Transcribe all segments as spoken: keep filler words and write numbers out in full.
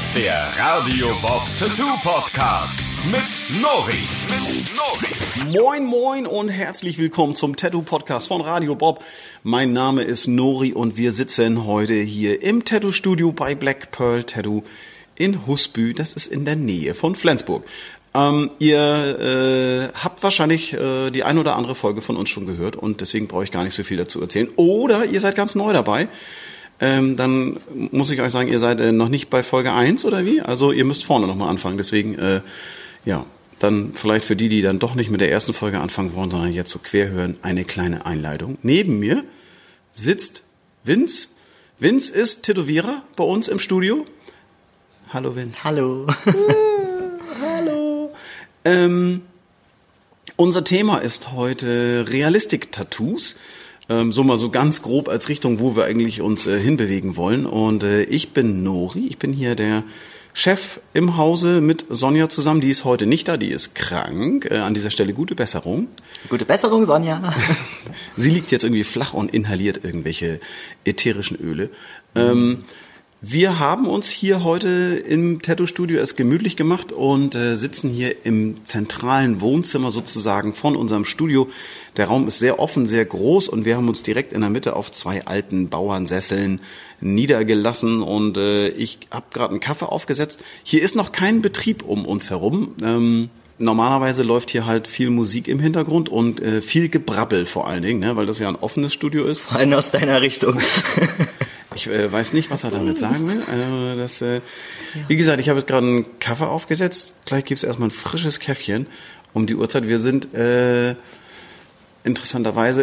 Der Radio Bob Tattoo Podcast mit Nori. Mit Nori. Moin moin und herzlich willkommen zum Tattoo Podcast von Radio Bob. Mein Name ist Nori und wir sitzen heute hier im Tattoo Studio bei Black Pearl Tattoo in Husby. Das ist in der Nähe von Flensburg. Ähm, ihr äh, habt wahrscheinlich äh, die ein oder andere Folge von uns schon gehört und deswegen brauche ich gar nicht so viel dazu erzählen. Oder ihr seid ganz neu dabei. Ähm, dann muss ich euch sagen, ihr seid äh, noch nicht bei Folge eins oder wie? Also ihr müsst vorne nochmal anfangen. Deswegen, äh, ja, dann vielleicht für die, die dann doch nicht mit der ersten Folge anfangen wollen, sondern jetzt so quer hören, eine kleine Einleitung. Neben mir sitzt Vince. Vince ist Tätowierer bei uns im Studio. Hallo Vince. Hallo. Hallo. Ähm, unser Thema ist heute Realistik-Tattoos. Ähm, so mal so ganz grob als Richtung, wo wir eigentlich uns äh, hinbewegen wollen. Und äh, ich bin Nori, ich bin hier der Chef im Hause mit Sonja zusammen. Die ist heute nicht da, die ist krank. Äh, an dieser Stelle gute Besserung. Gute Besserung, Sonja. Sie liegt jetzt irgendwie flach und inhaliert irgendwelche ätherischen Öle. Mhm. Ähm, Wir haben uns hier heute im Tattoo-Studio es gemütlich gemacht und äh, sitzen hier im zentralen Wohnzimmer sozusagen von unserem Studio. Der Raum ist sehr offen, sehr groß und wir haben uns direkt in der Mitte auf zwei alten Bauernsesseln niedergelassen und äh, ich habe gerade einen Kaffee aufgesetzt. Hier ist noch kein Betrieb um uns herum. Ähm, normalerweise läuft hier halt viel Musik im Hintergrund und äh, viel Gebrabbel vor allen Dingen, ne, weil das ja ein offenes Studio ist. Vor allem aus deiner Richtung. Ich äh, weiß nicht, was er damit sagen will. Äh, das, äh, wie gesagt, ich habe jetzt gerade einen Kaffee aufgesetzt. Gleich gibt es erstmal ein frisches Käffchen um die Uhrzeit. Wir sind äh, interessanterweise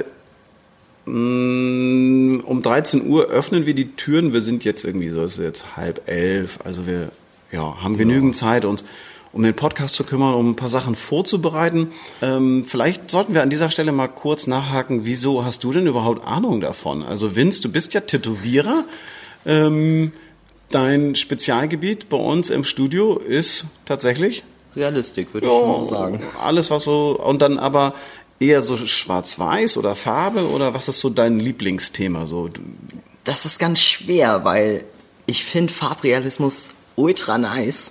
mh, um dreizehn Uhr öffnen wir die Türen. Wir sind jetzt irgendwie so, es ist jetzt halb elf. Also wir ja, haben genügend ja. Zeit, uns um den Podcast zu kümmern, um ein paar Sachen vorzubereiten. Ähm, vielleicht sollten wir an dieser Stelle mal kurz nachhaken, wieso hast du denn überhaupt Ahnung davon? Also Vince, du bist ja Tätowierer. Ähm, dein Spezialgebiet bei uns im Studio ist tatsächlich? Realistik, würde ja, ich mal so sagen. Alles, was so, und dann aber eher so schwarz-weiß oder Farbe oder was ist so dein Lieblingsthema? So? Das ist ganz schwer, weil ich finde Farbrealismus ultra nice.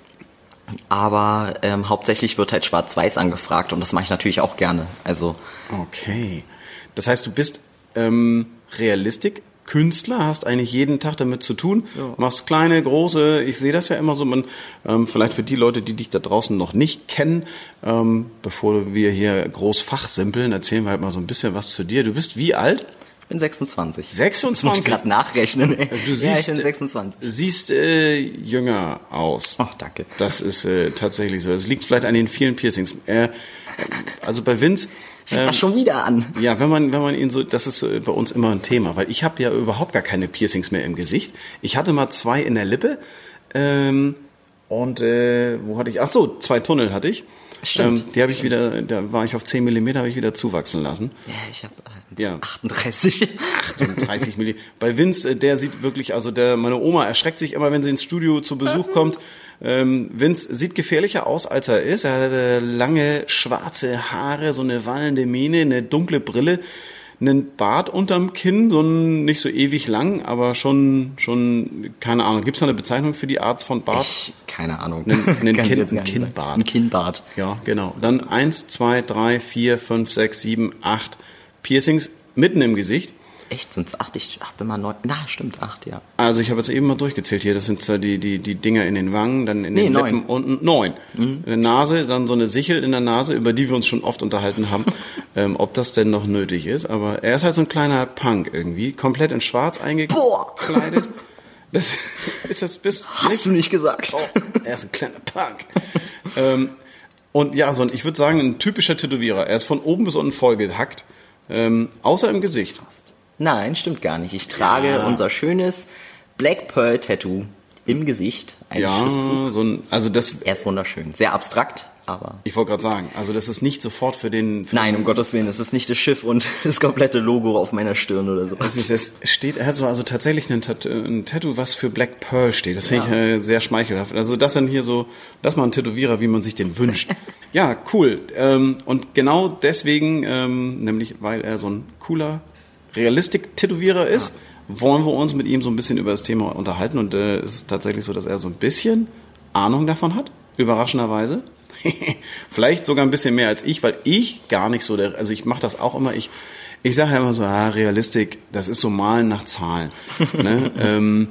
Aber ähm, hauptsächlich wird halt Schwarz-Weiß angefragt und das mache ich natürlich auch gerne. Also okay. Das heißt, du bist ähm, Realistik-Künstler, hast eigentlich jeden Tag damit zu tun, ja. Machst kleine, große, ich sehe das ja immer so, man, ähm, vielleicht für die Leute, die dich da draußen noch nicht kennen, ähm, bevor wir hier groß fachsimpeln, erzählen wir halt mal so ein bisschen was zu dir. Du bist wie alt? Ich bin sechsundzwanzig. sechsundzwanzig? Muss ich gerade nachrechnen. Ey. Du siehst, ja, ich bin sechsundzwanzig. Siehst äh, jünger aus. Ach, danke. Das ist äh, tatsächlich so. Es liegt vielleicht an den vielen Piercings. Äh, also bei Vince fängt ähm, das schon wieder an. Ja, wenn man wenn man ihn so, das ist äh, bei uns immer ein Thema, weil ich habe ja überhaupt gar keine Piercings mehr im Gesicht. Ich hatte mal zwei in der Lippe ähm, und äh, wo hatte ich? Ach so, zwei Tunnel hatte ich. Stimmt. Ähm, die habe ich wieder, da war ich auf zehn Millimeter, habe ich wieder zuwachsen lassen. Ja, ich habe äh, ja. achtunddreißig. achtunddreißig Millimeter. Bei Vince, der sieht wirklich, also der, meine Oma erschreckt sich immer, wenn sie ins Studio zu Besuch kommt. Ähm, Vince sieht gefährlicher aus, als er ist. Er hatte lange schwarze Haare, so eine wallende Mähne, eine dunkle Brille, einen Bart unterm Kinn, so ein, nicht so ewig lang, aber schon, schon, keine Ahnung. Gibt es da eine Bezeichnung für die Art von Bart? Ich, keine Ahnung. Einen, einen Kinn, ein Kinnbart. Ein Kinnbart. Ja, genau. Dann eins, zwei, drei, vier, fünf, sechs, sieben, acht Piercings mitten im Gesicht. Echt, sind es acht? Ich ach, bin mal neun. Na, stimmt, acht, ja. Also ich habe jetzt eben mal durchgezählt hier. Das sind so die, die, die Dinger in den Wangen, dann in nee, den neun. Lippen unten. Neun. Mhm. In der Nase, dann so eine Sichel in der Nase, über die wir uns schon oft unterhalten haben, ähm, ob das denn noch nötig ist. Aber er ist halt so ein kleiner Punk irgendwie, komplett in schwarz eingekleidet. Das ist das bis. Hast nicht? Du nicht gesagt. Oh, er ist ein kleiner Punk. ähm, und ja, so ein, ich würde sagen, ein typischer Tätowierer. Er ist von oben bis unten vollgehackt, ähm, außer im Gesicht. Nein, stimmt gar nicht. Ich trage ja. unser schönes Black Pearl Tattoo im Gesicht. Ein ja, Schriftzug. so ein, also das. Er ist wunderschön. Sehr abstrakt, aber. Ich wollte gerade sagen, also das ist nicht sofort für den. Für Nein, den, um Gottes Willen, es ist nicht das Schiff und das komplette Logo auf meiner Stirn oder so. Es, ist, es steht, er hat so also tatsächlich ein Tattoo, ein Tattoo, was für Black Pearl steht. Das finde ja. ich äh, sehr schmeichelhaft. Also das dann hier so, das mal ein Tätowierer, wie man sich den wünscht. Ja, cool. Ähm, und genau deswegen, ähm, nämlich weil er so ein cooler Realistik-Tätowierer ist, ja. wollen wir uns mit ihm so ein bisschen über das Thema unterhalten. Und äh, es ist tatsächlich so, dass er so ein bisschen Ahnung davon hat, überraschenderweise. Vielleicht sogar ein bisschen mehr als ich, weil ich gar nicht so, der, also ich mache das auch immer, ich ich sage ja immer so, ah, Realistik, das ist so Malen nach Zahlen. ne? ähm,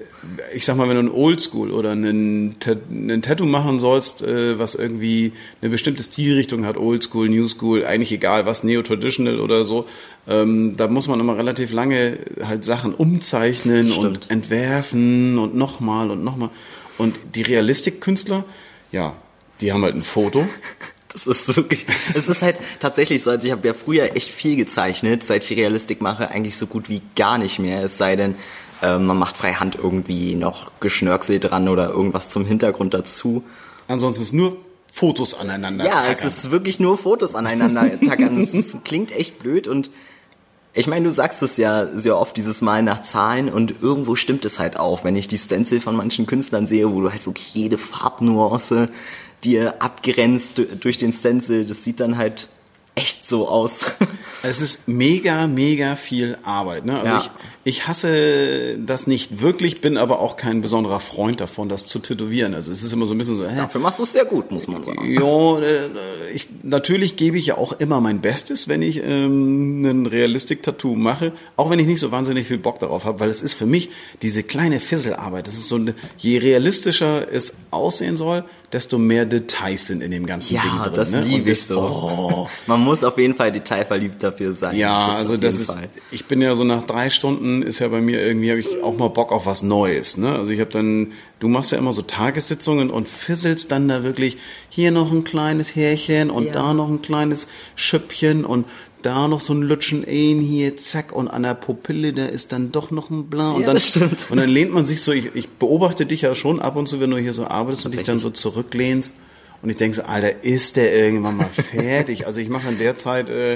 ich sag mal, wenn du ein Oldschool oder einen, einen Tattoo machen sollst, äh, was irgendwie eine bestimmte Stilrichtung hat, Oldschool, Newschool, eigentlich egal was, Neo-Traditional oder so, ähm, da muss man immer relativ lange halt Sachen umzeichnen Stimmt. und entwerfen und nochmal und nochmal. Und die Realistik-Künstler, ja, die haben halt ein Foto. Das ist wirklich, es ist halt tatsächlich so, also ich habe ja früher echt viel gezeichnet, seit ich Realistik mache, eigentlich so gut wie gar nicht mehr, es sei denn, äh, man macht freihand irgendwie noch Geschnörkel dran oder irgendwas zum Hintergrund dazu. Ansonsten ist nur Fotos aneinander Ja, tackern. es ist wirklich nur Fotos aneinander tackern, es klingt echt blöd und ich meine, du sagst es ja sehr oft, dieses Mal nach Zahlen und irgendwo stimmt es halt auch, wenn ich die Stencil von manchen Künstlern sehe, wo du halt wirklich jede Farbnuance dir abgrenzt durch den Stencil, das sieht dann halt echt so aus. Es ist mega, mega viel Arbeit. Ne? Also Ja. ich, ich hasse das nicht wirklich, bin aber auch kein besonderer Freund davon, das zu tätowieren. Also es ist immer so ein bisschen so, hä? Dafür machst du es sehr gut, muss man sagen. Ja, äh, ich, natürlich gebe ich ja auch immer mein Bestes, wenn ich ähm, ein Realistik-Tattoo mache, auch wenn ich nicht so wahnsinnig viel Bock darauf habe, weil es ist für mich diese kleine Fisselarbeit. Das ist so eine, je realistischer es aussehen soll, desto mehr Details sind in dem ganzen Ja, Ding drin. das ne? liebe Und ich so. Oh, Man muss auf jeden Fall detailverliebt dafür sein. ja, Das also auf das jeden ist, Fall. ich bin ja so nach drei Stunden ist ja bei mir irgendwie, habe ich auch mal Bock auf was Neues, ne? Also ich habe dann, du machst ja immer so Tagessitzungen und fisselst dann da wirklich hier noch ein kleines Härchen und Ja. da noch ein kleines Schüppchen und da noch so ein Lutschen ein hier, zack, und an der Pupille, da ist dann doch noch ein Bla. Und Ja, dann, das stimmt. Und dann lehnt man sich so, ich, ich beobachte dich ja schon ab und zu, wenn du hier so arbeitest und dich dann Tatsächlich. so zurücklehnst. Und ich denke so, Alter, ist der irgendwann mal fertig? Also ich mache in der Zeit äh,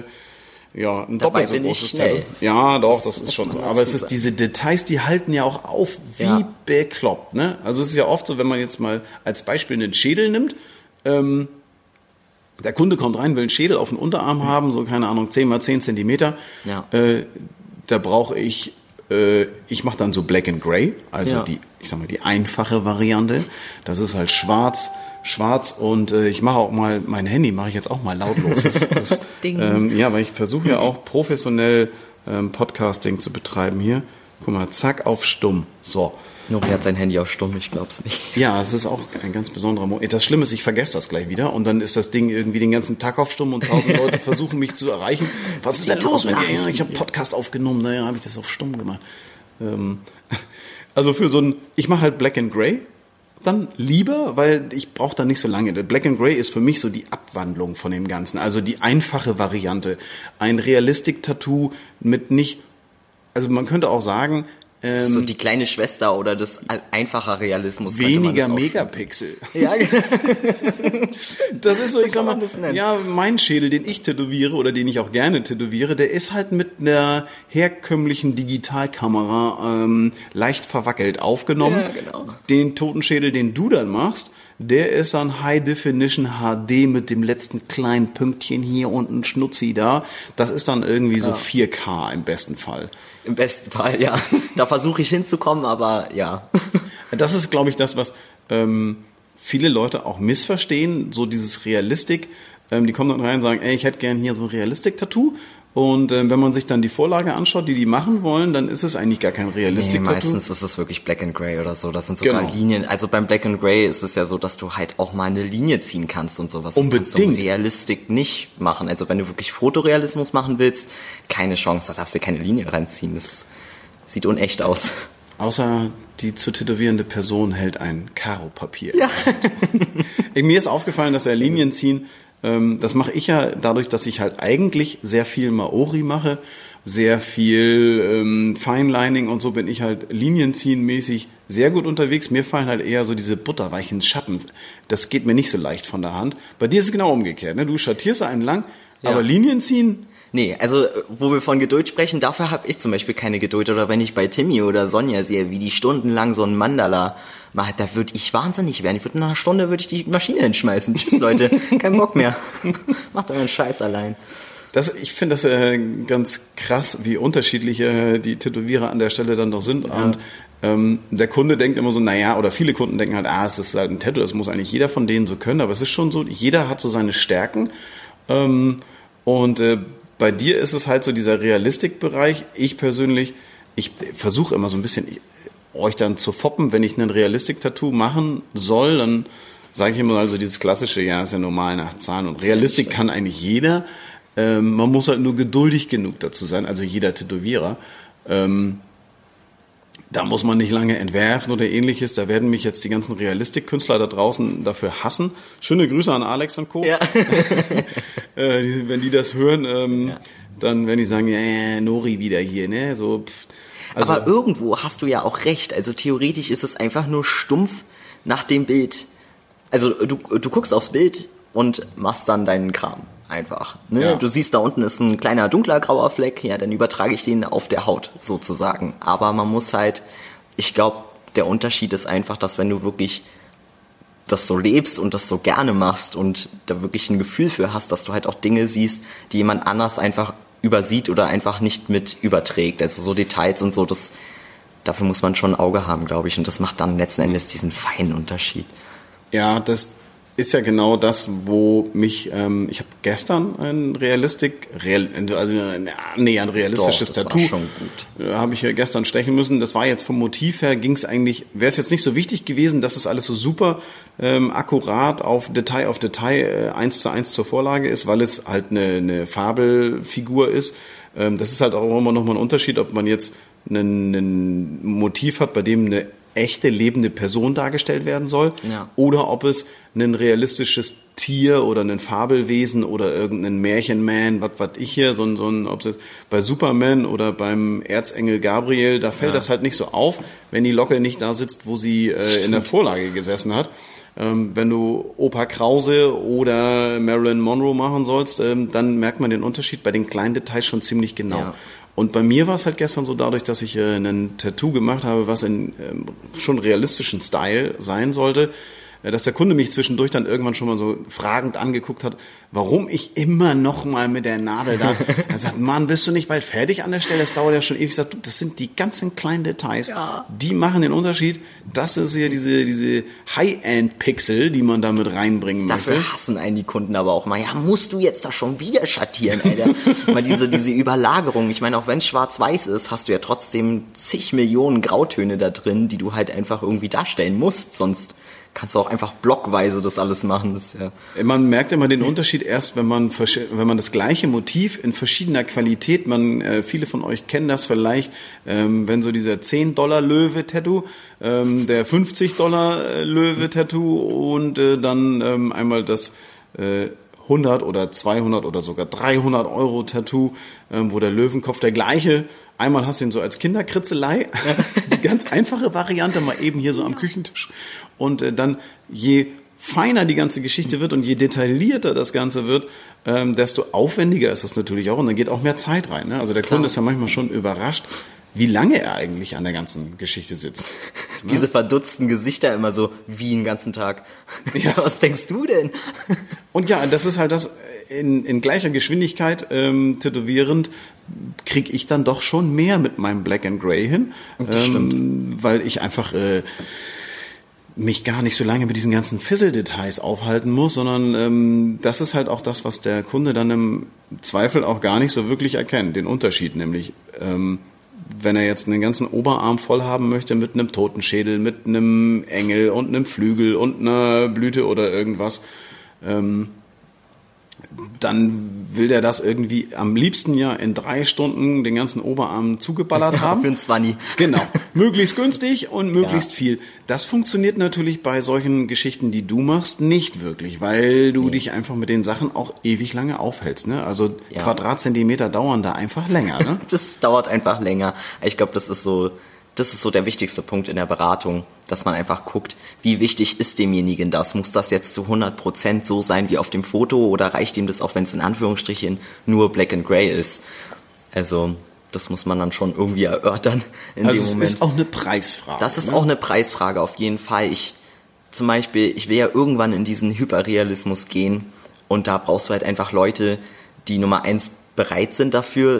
ja ein Dabei doppelt so bin ich großes schnell. Tattoo. Ja, doch, das, Das ist muss schon man so. dazu Aber es ist sagen. diese Details, die halten ja auch auf wie Ja. bekloppt. Ne? Also es ist ja oft so, wenn man jetzt mal als Beispiel einen Schädel nimmt, ähm, der Kunde kommt rein, will einen Schädel auf den Unterarm haben, so keine Ahnung, zehn mal zehn Zentimeter. Ja. Äh, da brauche ich, äh, ich mache dann so Black and Grey, also Ja. die, ich sag mal, die einfache Variante. Das ist halt schwarz, schwarz und äh, ich mache auch mal, mein Handy mache ich jetzt auch mal lautlos. Das, das, Ding. ähm, ja, weil ich versuche ja auch professionell ähm, Podcasting zu betreiben hier. Guck mal, zack, auf stumm. So. Nori hat sein Handy auf stumm, ich glaub's nicht. Ja, es ist auch ein ganz besonderer Moment. Das Schlimme ist, ich vergesse das gleich wieder und dann ist das Ding irgendwie den ganzen Tag auf stumm und tausend Leute versuchen mich zu erreichen. Was ist denn los mit dir? Ja, ich habe Podcast aufgenommen, naja, habe ich das auf stumm gemacht. Ähm, also für so ein, ich mache halt Black and Grey dann lieber, weil ich brauche da nicht so lange. Der Black and Grey ist für mich so die Abwandlung von dem Ganzen, also die einfache Variante. Ein Realistik-Tattoo mit nicht, also man könnte auch sagen, ähm, So die kleine Schwester oder das einfacher Realismus. könnte man weniger das auch- Megapixel. Ja, Das ist so, ich sag kann mal, man das nennen. ja, mein Schädel, den ich tätowiere oder den ich auch gerne tätowiere, der ist halt mit einer herkömmlichen Digitalkamera ähm, leicht verwackelt aufgenommen. Ja, genau. Den Totenschädel, den du dann machst, der ist dann High Definition H D mit dem letzten kleinen Pünktchen hier und ein Schnutzi da. Das ist dann irgendwie so vier K im besten Fall. im besten Fall, ja. Da versuche ich hinzukommen, aber ja. Das ist, glaube ich, das, was ähm, viele Leute auch missverstehen, so dieses Realistik. Ähm, die kommen dann rein und sagen, ey, ich hätte gern hier so ein Realistik-Tattoo. Und ähm, wenn man sich dann die Vorlage anschaut, die die machen wollen, dann ist es eigentlich gar kein Nee, Realistik-Tattoo. meistens ist es wirklich Black and Grey oder so. Das sind sogar Genau. Linien. Also beim Black and Grey ist es ja so, dass du halt auch mal eine Linie ziehen kannst und sowas. Das kannst du im Unbedingt. Realistik nicht machen. Also wenn du wirklich Fotorealismus machen willst, keine Chance. Da darfst du keine Linie reinziehen. Das sieht unecht aus. Außer die zu tätowierende Person hält ein Karo-Papier. Ja. Mir ist aufgefallen, dass er Linien ziehen, ähm, das mache ich ja dadurch, dass ich halt eigentlich sehr viel Maori mache, sehr viel ähm, Finelining und so bin ich halt linienziehen-mäßig sehr gut unterwegs. Mir fallen halt eher so diese butterweichen Schatten. Das geht mir nicht so leicht von der Hand. Bei dir ist es genau umgekehrt. Ne? Du schattierst einen lang, Ja. aber Linien ziehen... Nee, also wo wir von Geduld sprechen, dafür habe ich zum Beispiel keine Geduld. Oder wenn ich bei Timmy oder Sonja sehe, wie die stundenlang so ein Mandala macht, da würde ich wahnsinnig werden. Ich würde nach einer Stunde würde ich die Maschine hinschmeißen. Tschüss Leute, kein Bock mehr. Macht euren Scheiß allein. Das, ich finde das äh, ganz krass, wie unterschiedlich äh, die Tätowierer an der Stelle dann doch sind. Ja. Und Ähm, der Kunde denkt immer so, naja, oder viele Kunden denken halt, ah, es ist halt ein Tattoo, das muss eigentlich jeder von denen so können, aber es ist schon so, jeder hat so seine Stärken. Ähm, und äh, bei dir ist es halt so dieser Realistikbereich. Ich persönlich, ich versuche immer so ein bisschen euch dann zu foppen, wenn ich ein Realistik-Tattoo machen soll, dann sage ich immer also dieses klassische, ja, ist ja normal nach Zahlen und Realistik kann eigentlich jeder. Ähm, man muss halt nur geduldig genug dazu sein, also jeder Tätowierer. Ähm, Da muss man nicht lange entwerfen oder ähnliches. Da werden mich jetzt die ganzen Realistik-Künstler da draußen dafür hassen. Schöne Grüße an Alex und Co. Ja. äh, die, wenn die das hören, ähm, ja. dann werden die sagen, ja, Nori wieder hier, ne? So. Pff. Also, aber irgendwo hast du ja auch recht. Also theoretisch ist es einfach nur stumpf nach dem Bild. Also du, du guckst aufs Bild und machst dann deinen Kram. Einfach. Ne? Ja. Du siehst, da unten ist ein kleiner dunkler grauer Fleck, ja, dann übertrage ich den auf der Haut sozusagen. Aber man muss halt, ich glaube, der Unterschied ist einfach, dass wenn du wirklich das so lebst und das so gerne machst und da wirklich ein Gefühl für hast, dass du halt auch Dinge siehst, die jemand anders einfach übersieht oder einfach nicht mit überträgt. Also so Details und so, das, dafür muss man schon ein Auge haben, glaube ich. Und das macht dann letzten Endes diesen feinen Unterschied. Ja, das ist ja genau das, wo mich, ähm, ich habe gestern ein Realistik, Real, also nee, ein realistisches Doch, das Tattoo, war schon gut. Äh, habe ich gestern stechen müssen. Das war jetzt vom Motiv her, ging es eigentlich, wäre es jetzt nicht so wichtig gewesen, dass es alles so super ähm, akkurat auf Detail auf Detail äh, eins zu eins zur Vorlage ist, weil es halt eine, eine Fabelfigur ist. Ähm, das ist halt auch immer noch mal ein Unterschied, ob man jetzt ein Motiv hat, bei dem eine echte lebende Person dargestellt werden soll, ja. oder ob es ein realistisches Tier oder ein Fabelwesen oder irgendein Märchenman, was was ich hier, so ein, so ein, ob es bei Superman oder beim Erzengel Gabriel, da fällt ja. das halt nicht so auf, wenn die Locke nicht da sitzt, wo sie äh, in der Vorlage gesessen hat. Ähm, wenn du Opa Krause oder Marilyn Monroe machen sollst, ähm, dann merkt man den Unterschied bei den kleinen Details schon ziemlich genau. Ja. Und bei mir war es halt gestern so, dadurch, dass ich äh, ein Tattoo gemacht habe, was in ähm, schon realistischen Style sein sollte, äh, dass der Kunde mich zwischendurch dann irgendwann schon mal so fragend angeguckt hat, warum ich immer noch mal mit der Nadel da. Er sagt, Mann, bist du nicht bald fertig an der Stelle? Das dauert ja schon ewig. Ich sag, das sind die ganzen kleinen Details, ja. die machen den Unterschied. Das ist ja diese diese High-End-Pixel, die man da mit reinbringen möchte. Dafür hassen einen die Kunden aber auch mal. Ja, musst du jetzt da schon wieder schattieren, Alter? Mal diese diese Überlagerung. Ich meine, auch wenn es schwarz-weiß ist, hast du ja trotzdem zig Millionen Grautöne da drin, die du halt einfach irgendwie darstellen musst. Sonst kannst du auch einfach blockweise das alles machen. Das ist ja man merkt immer den Unterschied erst, wenn man wenn man das gleiche Motiv in verschiedener Qualität, man äh, viele von euch kennen das vielleicht, ähm, wenn so dieser zehn Dollar Löwe-Tattoo, ähm, der fünfzig Dollar Löwe-Tattoo und äh, dann ähm, einmal das äh, hundert oder zweihundert oder sogar dreihundert Euro Tattoo, ähm, wo der Löwenkopf der gleiche. Einmal hast du ihn so als Kinderkritzelei, die ganz einfache Variante, mal eben hier so am Küchentisch. Und äh, dann, je feiner die ganze Geschichte wird und je detaillierter das Ganze wird, ähm, desto aufwendiger ist das natürlich auch. Und dann geht auch mehr Zeit rein. Ne? Also der Kunde ist ja manchmal schon überrascht, wie lange er eigentlich an der ganzen Geschichte sitzt. Ne? Diese verdutzten Gesichter immer so, wie den ganzen Tag. Ja. Was denkst du denn? Und ja, das ist halt das, in, in gleicher Geschwindigkeit ähm, tätowierend, kriege ich dann doch schon mehr mit meinem Black and Grey hin. Das ähm, stimmt. Weil ich einfach äh, mich gar nicht so lange mit diesen ganzen Fizzle-Details aufhalten muss, sondern ähm, das ist halt auch das, was der Kunde dann im Zweifel auch gar nicht so wirklich erkennt. Den Unterschied nämlich, ähm, wenn er jetzt einen ganzen Oberarm voll haben möchte mit einem Totenschädel, mit einem Engel und einem Flügel und einer Blüte oder irgendwas, ähm, dann will der das irgendwie am liebsten ja in drei Stunden den ganzen Oberarm zugeballert haben. Für ein Zwanni. Genau. Möglichst günstig und möglichst ja. viel. Das funktioniert natürlich bei solchen Geschichten, die du machst, nicht wirklich, weil du nee. dich einfach mit den Sachen auch ewig lange aufhältst. Ne? Also ja. Quadratzentimeter dauern da einfach länger. Ne? Das dauert einfach länger. Ich glaube, das ist so... Das ist so der wichtigste Punkt in der Beratung, dass man einfach guckt, wie wichtig ist demjenigen das? Muss das jetzt zu hundert Prozent so sein wie auf dem Foto oder reicht ihm das auch, wenn es in Anführungsstrichen nur Black and Grey ist? Also das muss man dann schon irgendwie erörtern in also dem Moment. Also es ist auch eine Preisfrage. Das ist ne? auch eine Preisfrage, auf jeden Fall. Ich zum Beispiel, ich will ja irgendwann in diesen Hyperrealismus gehen und da brauchst du halt einfach Leute, die Nummer eins bereit sind dafür,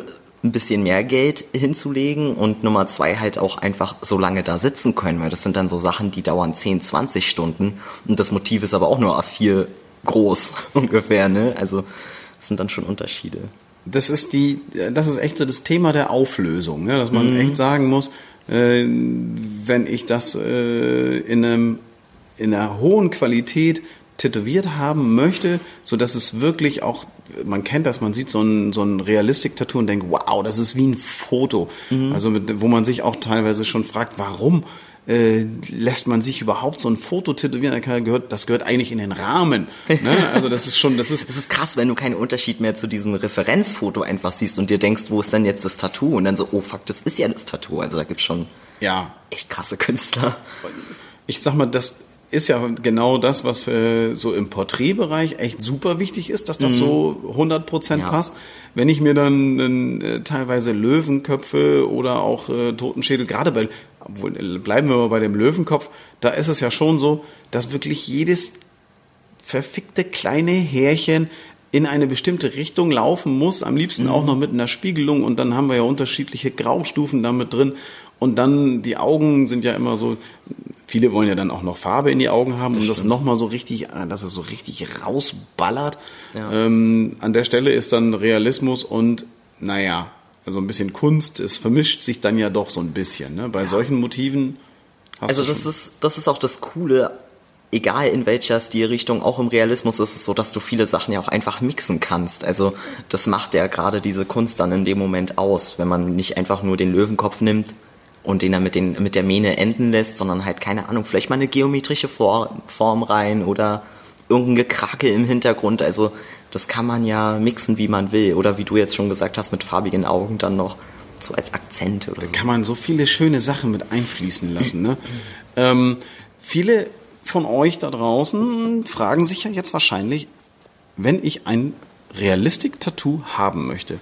ein bisschen mehr Geld hinzulegen und Nummer zwei halt auch einfach so lange da sitzen können, weil das sind dann so Sachen, die dauern zehn, zwanzig Stunden und das Motiv ist aber auch nur A vier groß ungefähr, ne? Also das sind dann schon Unterschiede. Das ist die, das ist echt so das Thema der Auflösung, ne? Dass man mhm. echt sagen muss, äh, wenn ich das äh, in einem in einer hohen Qualität tätowiert haben möchte, so dass es wirklich auch, man kennt das, man sieht so ein, so ein Realistik-Tattoo und denkt, wow, das ist wie ein Foto. Mhm. Also mit, wo man sich auch teilweise schon fragt, warum äh, lässt man sich überhaupt so ein Foto tätowieren? Das gehört, das gehört eigentlich in den Rahmen. Ne? Also das ist schon, das ist... Es ist krass, wenn du keinen Unterschied mehr zu diesem Referenzfoto einfach siehst und dir denkst, wo ist denn jetzt das Tattoo? Und dann so, oh fuck, das ist ja das Tattoo. Also da gibt's schon ja. echt krasse Künstler. Ich sag mal, das ist ja genau das, was äh, so im Porträtbereich echt super wichtig ist, dass das mhm. so hundert Prozent ja. passt. Wenn ich mir dann äh, teilweise Löwenköpfe oder auch äh, Totenschädel, gerade bei, obwohl, bleiben wir mal bei dem Löwenkopf, da ist es ja schon so, dass wirklich jedes verfickte kleine Härchen in eine bestimmte Richtung laufen muss, am liebsten mhm. auch noch mit einer Spiegelung und dann haben wir ja unterschiedliche Graustufen damit drin und dann die Augen sind ja immer so, viele wollen ja dann auch noch Farbe in die Augen haben, das um stimmt. das nochmal so richtig, dass es so richtig rausballert. Ja. Ähm, an der Stelle ist dann Realismus und, naja, also ein bisschen Kunst, es vermischt sich dann ja doch so ein bisschen. Ne? Bei ja. solchen Motiven hast also du das ist das ist auch das Coole, egal in welcher Stilrichtung, auch im Realismus ist es so, dass du viele Sachen ja auch einfach mixen kannst. Also das macht ja gerade diese Kunst dann in dem Moment aus, wenn man nicht einfach nur den Löwenkopf nimmt und den dann mit, den, mit der Mähne enden lässt, sondern halt, keine Ahnung, vielleicht mal eine geometrische Form rein oder irgendein Gekrakel im Hintergrund. Also das kann man ja mixen, wie man will. Oder wie du jetzt schon gesagt hast, mit farbigen Augen dann noch so als Akzent oder da so. Da kann man so viele schöne Sachen mit einfließen lassen. Ne? ähm, viele von euch da draußen fragen sich ja jetzt wahrscheinlich, wenn ich ein Realistik-Tattoo haben möchte,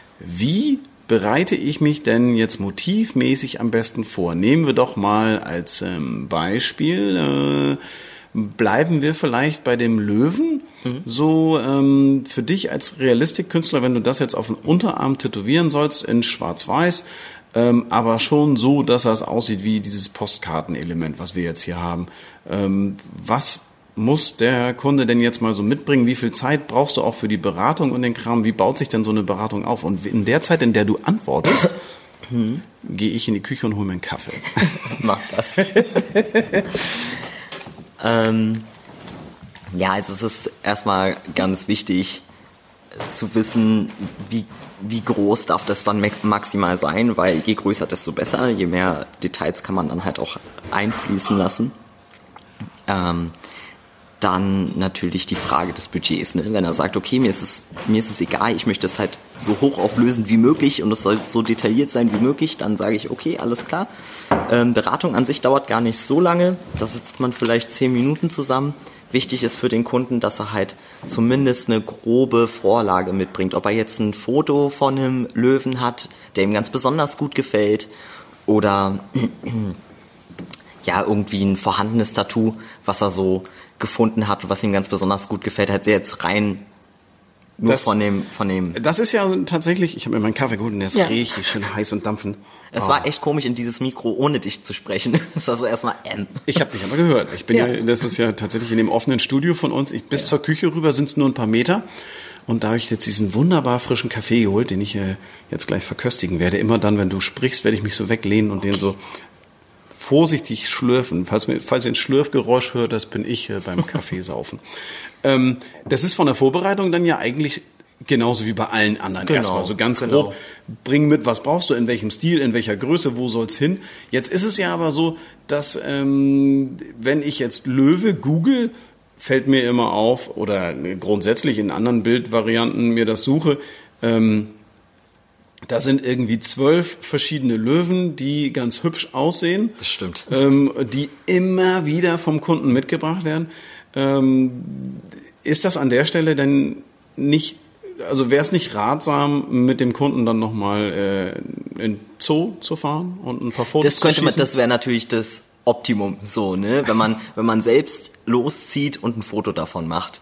wie bereite ich mich denn jetzt motivmäßig am besten vor? Nehmen wir doch mal als ähm, Beispiel, äh, bleiben wir vielleicht bei dem Löwen. Mhm. So ähm, für dich als Realistikkünstler, wenn du das jetzt auf den Unterarm tätowieren sollst in Schwarz-Weiß, ähm, aber schon so, dass das aussieht wie dieses Postkartenelement, was wir jetzt hier haben. Ähm, was muss der Kunde denn jetzt mal so mitbringen? Wie viel Zeit brauchst du auch für die Beratung und den Kram? Wie baut sich denn so eine Beratung auf? Und in der Zeit, in der du antwortest, hm. gehe ich in die Küche und hole mir einen Kaffee. Mach das. ähm, ja, also es ist erstmal ganz wichtig zu wissen, wie, wie groß darf das dann maximal sein, weil je größer, desto besser. Je mehr Details kann man dann halt auch einfließen lassen. Ähm, Dann natürlich die Frage des Budgets, ne? Wenn er sagt, okay, mir ist es mir ist es egal, ich möchte es halt so hoch auflösen wie möglich und es soll so detailliert sein wie möglich, dann sage ich, okay, alles klar. Ähm, Beratung an sich dauert gar nicht so lange, da sitzt man vielleicht zehn Minuten zusammen. Wichtig ist für den Kunden, dass er halt zumindest eine grobe Vorlage mitbringt. Ob er jetzt ein Foto von einem Löwen hat, der ihm ganz besonders gut gefällt oder ja, irgendwie ein vorhandenes Tattoo, was er so gefunden hat, was ihm ganz besonders gut gefällt, hat sie jetzt rein nur das, von dem von dem. Das ist ja tatsächlich, ich habe mir meinen Kaffee geholt und der ist ja. richtig schön heiß und dampfend. Es oh. war echt komisch, in dieses Mikro ohne dich zu sprechen. Das war so erstmal ähm. Ich habe dich aber gehört. Ich bin ja. ja, das ist ja tatsächlich in dem offenen Studio von uns. Ich, bis ja. zur Küche rüber sind es nur ein paar Meter. Und da habe ich jetzt diesen wunderbar frischen Kaffee geholt, den ich äh, jetzt gleich verköstigen werde. Immer dann, wenn du sprichst, werde ich mich so weglehnen und okay. den so vorsichtig schlürfen. Falls, mir, falls ihr ein Schlürfgeräusch hört, das bin ich äh, beim Kaffeesaufen. ähm, das ist von der Vorbereitung dann ja eigentlich genauso wie bei allen anderen. Genau, erstmal so ganz genau. grob, bring mit, was brauchst du, in welchem Stil, in welcher Größe, wo soll's hin. Jetzt ist es ja aber so, dass ähm, wenn ich jetzt Löwe google, fällt mir immer auf, oder grundsätzlich in anderen Bildvarianten mir das suche, ähm, da sind irgendwie zwölf verschiedene Löwen, die ganz hübsch aussehen. Das stimmt. Ähm, die immer wieder vom Kunden mitgebracht werden. Ähm, ist das an der Stelle denn nicht, also wäre es nicht ratsam, mit dem Kunden dann nochmal äh, in Zoo zu fahren und ein paar Fotos das könnte zu schießen? Man, das wäre natürlich das Optimum, so, ne? Wenn man, wenn man selbst loszieht und ein Foto davon macht.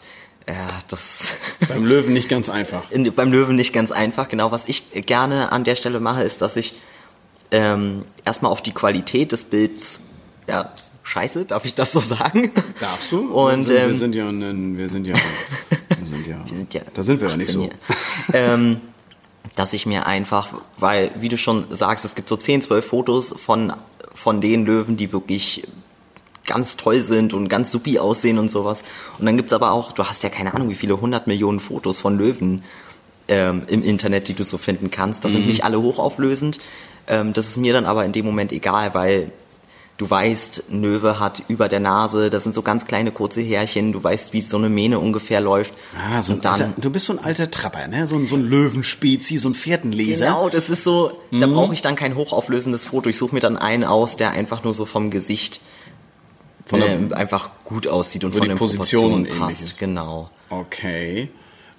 Ja, das... Beim Löwen nicht ganz einfach. In, beim Löwen nicht ganz einfach. Genau, was ich gerne an der Stelle mache, ist, dass ich ähm, erstmal auf die Qualität des Bilds, ja, scheiße, darf ich das so sagen? Darfst du? Und, wir, sind, ähm, wir sind ja, ein, wir sind ja, wir sind ja, wir sind ja da sind wir ja nicht so. ähm, dass ich mir einfach, weil, wie du schon sagst, es gibt so zehn, zwölf Fotos von, von den Löwen, die wirklich ganz toll sind und ganz supi aussehen und sowas. Und dann gibt's aber auch, du hast ja keine Ahnung, wie viele hundert Millionen Fotos von Löwen ähm, im Internet, die du so finden kannst. Das mhm. sind nicht alle hochauflösend. Ähm, das ist mir dann aber in dem Moment egal, weil du weißt, ein Löwe hat über der Nase, das sind so ganz kleine kurze Härchen, du weißt, wie so eine Mähne ungefähr läuft. Ah, so ein und dann, alter, du bist so ein alter Trapper, ne? So ein, so ein Löwenspezi, so ein Pferdenleser. Genau, das ist so, mhm. da brauche ich dann kein hochauflösendes Foto. Ich suche mir dann einen aus, der einfach nur so vom Gesicht von der, äh, einfach gut aussieht und von die den Positionen Proportionen passt. Ähnliches. Genau. Okay.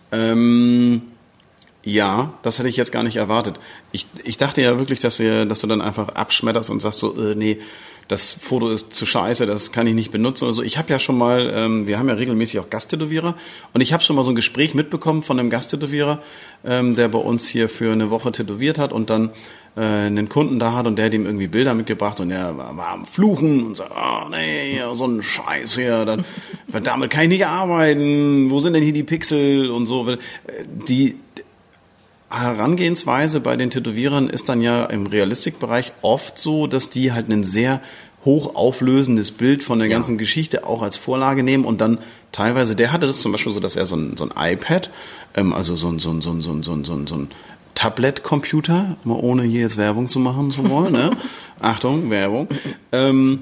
Ähm, ja, das hätte ich jetzt gar nicht erwartet. Ich, ich dachte ja wirklich, dass, ihr, dass du dann einfach abschmetterst und sagst so, äh, nee, das Foto ist zu scheiße, das kann ich nicht benutzen. Also ich habe ja schon mal, ähm, wir haben ja regelmäßig auch Gasttätowierer und ich habe schon mal so ein Gespräch mitbekommen von einem Gasttätowierer, ähm, der bei uns hier für eine Woche tätowiert hat und dann äh, einen Kunden da hat und der hat ihm irgendwie Bilder mitgebracht und der war, war am Fluchen und sagt, ah nee, so ein Scheiß hier, dann, damit kann ich nicht arbeiten, wo sind denn hier die Pixel und so. Die Herangehensweise bei den Tätowierern ist dann ja im Realistikbereich oft so, dass die halt ein sehr hochauflösendes Bild von der ganzen ja. Geschichte auch als Vorlage nehmen und dann teilweise, der hatte das zum Beispiel so, dass er so ein, so ein iPad, ähm, also so ein, so ein, so ein, so ein, so ein, so ein, so ein Tablet-Computer, mal ohne hier jetzt Werbung zu machen zu wollen, ne? Achtung, Werbung, ähm,